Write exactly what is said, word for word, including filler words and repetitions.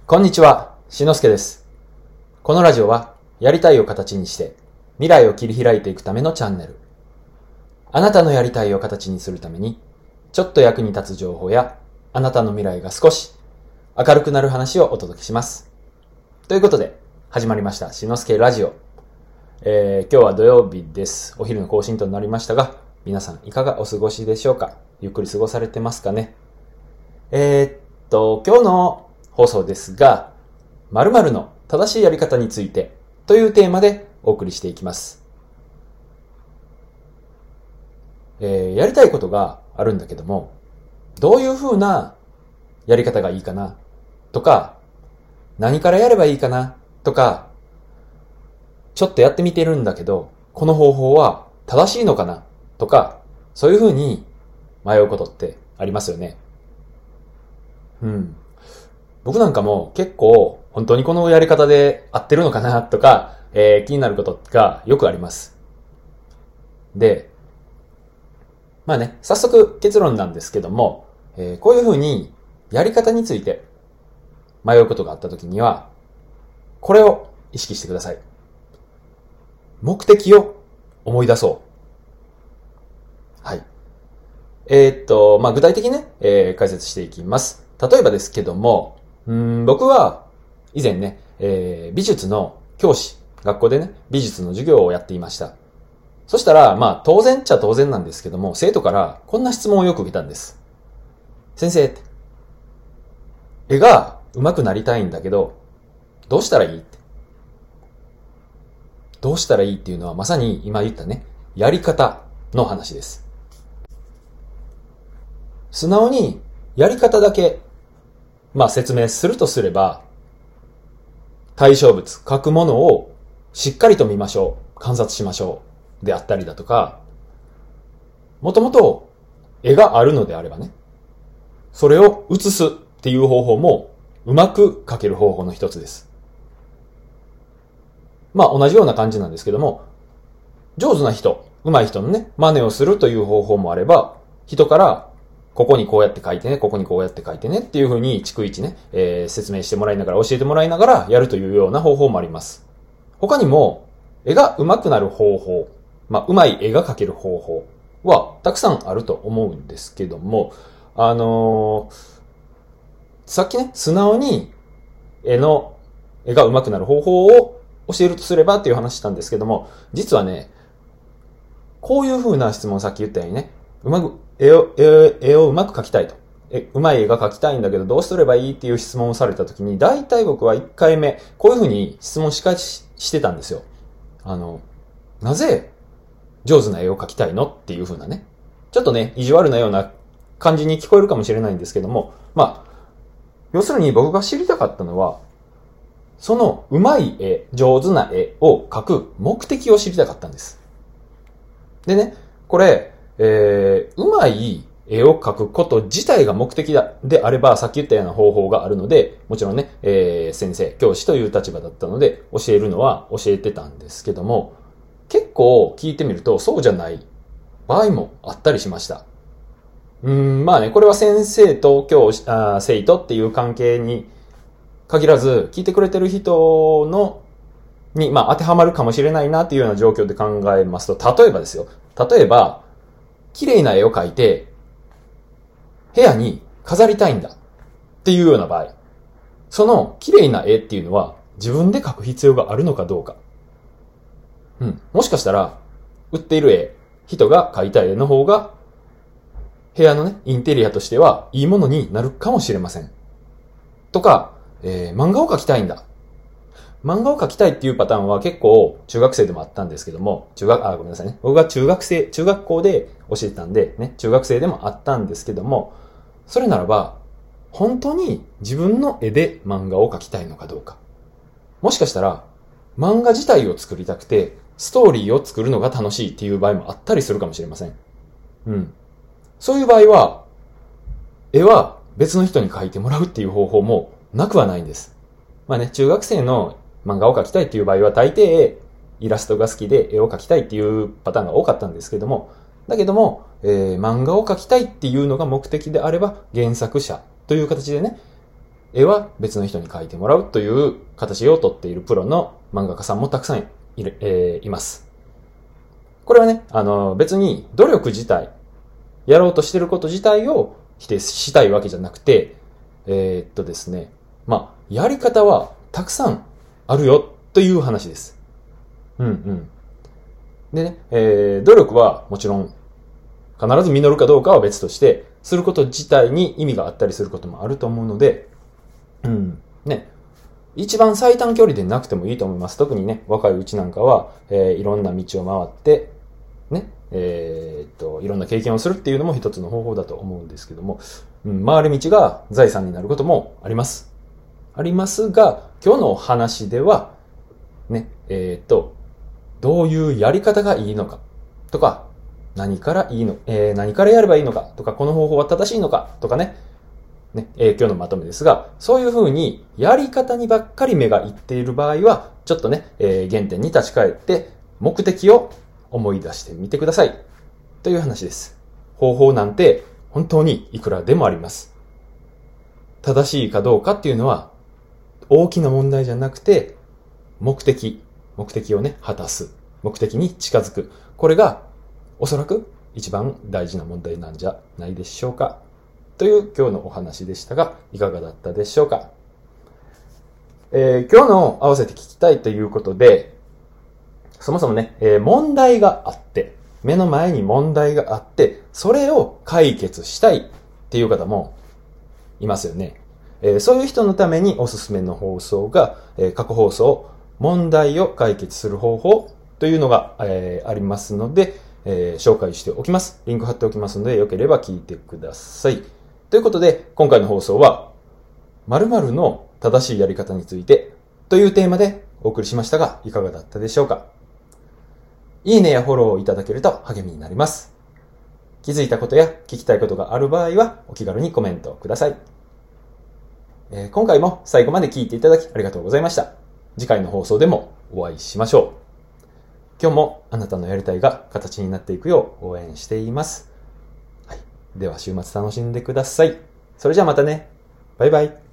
こんにちは、しのすけです。このラジオは、やりたいを形にして、未来を切り開いていくためのチャンネル。あなたのやりたいを形にするために、ちょっと役に立つ情報や、あなたの未来が少し明るくなる話をお届けします。ということで、始まりました、しのすけラジオ。えー、今日は土曜日です。お昼の更新となりましたが、皆さんいかがお過ごしでしょうか？ゆっくり過ごされてますかね？えー、っと、今日の放送ですが、〇〇の正しいやり方についてというテーマでお送りしていきます。えー、やりたいことがあるんだけども、どういう風なやり方がいいかなとか、何からやればいいかなとか、ちょっとやってみてるんだけど、この方法は正しいのかなとか、そういう風に迷うことってありますよね。うん。僕なんかも結構本当にこのやり方で合ってるのかなとか、えー、気になることがよくあります。で、まあね、早速結論なんですけども、えー、こういうふうにやり方について迷うことがあったときには、これを意識してください。目的を思い出そう。はい。えー、っと、まあ具体的にね、えー、解説していきます。例えばですけども、うーん僕は以前ね、えー、美術の教師、学校でね、美術の授業をやっていました。そしたら、まあ当然っちゃ当然なんですけども、生徒からこんな質問をよく受けたんです。先生、絵が上手くなりたいんだけど、どうしたらいいって。どうしたらいいっていうのはまさに今言ったね、やり方の話です。素直にやり方だけまあ説明するとすれば、対象物、書くものをしっかりと見ましょう。観察しましょう。であったりだとか、もともと絵があるのであればね、それを写すっていう方法もうまく描ける方法の一つです。まあ同じような感じなんですけども、上手な人、上手い人のね、真似をするという方法もあれば、人からここにこうやって書いてね、ここにこうやって書いてねっていう風に逐一ね、えー、説明してもらいながら、教えてもらいながらやるというような方法もあります。他にも、絵が上手くなる方法、まあ、上手い絵が描ける方法はたくさんあると思うんですけども、あのー、さっきね、素直に絵の、絵が上手くなる方法を教えるとすればっていう話したんですけども、実はね、こういう風な質問をさっき言ったようにね、うまく、絵を、絵を、絵をうまく描きたいと。え、うまい絵が描きたいんだけどどうすればいいっていう質問をされたときに、大体僕はいっかいめ、こういうふうに質問しかし、してたんですよ。あの、なぜ上手な絵を描きたいのっていうふうなね。ちょっとね、意地悪なような感じに聞こえるかもしれないんですけども、まあ、要するに僕が知りたかったのは、そのうまい絵、上手な絵を描く目的を知りたかったんです。でね、これ、えー、うまい絵を描くこと自体が目的だであれば、さっき言ったような方法があるので、もちろんね、えー、先生、教師という立場だったので、教えるのは教えてたんですけども、結構聞いてみるとそうじゃない場合もあったりしました。うーん、まあね、これは先生と教師、あ生徒っていう関係に限らず、聞いてくれてる人のに、まあ当てはまるかもしれないなっていうような状況で考えますと、例えばですよ。例えば、綺麗な絵を描いて、部屋に飾りたいんだっていうような場合、その綺麗な絵っていうのは自分で描く必要があるのかどうか。うん。もしかしたら、売っている絵、人が描いた絵の方が、部屋のね、インテリアとしてはいいものになるかもしれません。とか、えー、漫画を描きたいんだ。漫画を描きたいっていうパターンは結構中学生でもあったんですけども、中学、あ、ごめんなさいね。僕が中学生、中学校で教えてたんで、ね、中学生でもあったんですけども、それならば、本当に自分の絵で漫画を描きたいのかどうか。もしかしたら、漫画自体を作りたくて、ストーリーを作るのが楽しいっていう場合もあったりするかもしれません。うん。そういう場合は、絵は別の人に描いてもらうっていう方法もなくはないんです。まあね、中学生の漫画を描きたいっていう場合は大抵イラストが好きで絵を描きたいっていうパターンが多かったんですけども、だけども、えー、漫画を描きたいっていうのが目的であれば原作者という形でね、 絵は別の人に描いてもらうという形をとっているプロの漫画家さんもたくさんいる、えー、います。これはね、あの、別に努力自体、やろうとしてること自体を否定したいわけじゃなくて、えー、っとですね、まあ、やり方はたくさんあるよという話です。うんうん。でね、えー、努力はもちろん必ず実るかどうかは別として、すること自体に意味があったりすることもあると思うので、うん、ね、一番最短距離でなくてもいいと思います。特にね、若いうちなんかは、えー、いろんな道を回って、ね、えー、っと、いろんな経験をするっていうのも一つの方法だと思うんですけども、うん、回り道が財産になることもあります。ありますが、今日のお話では、ね、えー、っと、どういうやり方がいいのかとか、何からいいの、えー、何からやればいいのかとか、この方法は正しいのかとかね、ね、えー、今日のまとめですが、そういう風にやり方にばっかり目がいっている場合は、ちょっとね、えー、原点に立ち返って目的を思い出してみてください。という話です。方法なんて本当にいくらでもあります。正しいかどうかっていうのは大きな問題じゃなくて、目的、目的をね、果たす。目的に近づく。これがおそらく一番大事な問題なんじゃないでしょうか。という今日のお話でしたが、いかがだったでしょうか。えー、今日の合わせて聞きたいということで、そもそもね、えー、問題があって、目の前に問題があって、それを解決したいっていう方もいますよね。えー、そういう人のためにおすすめの放送が、えー、過去放送、問題を解決する方法というのが、えー、ありますので、えー、紹介しておきます。リンク貼っておきますので、よければ聞いてください。ということで、今回の放送は、〇〇の正しいやり方についてというテーマでお送りしましたが、いかがだったでしょうか。いいねやフォローをいただけると励みになります。気づいたことや聞きたいことがある場合は、お気軽にコメントください。えー、今回も最後まで聞いていただきありがとうございました。次回の放送でもお会いしましょう。今日もあなたのやりたいが形になっていくよう応援しています。はい。では週末楽しんでください。それじゃあまたね。バイバイ。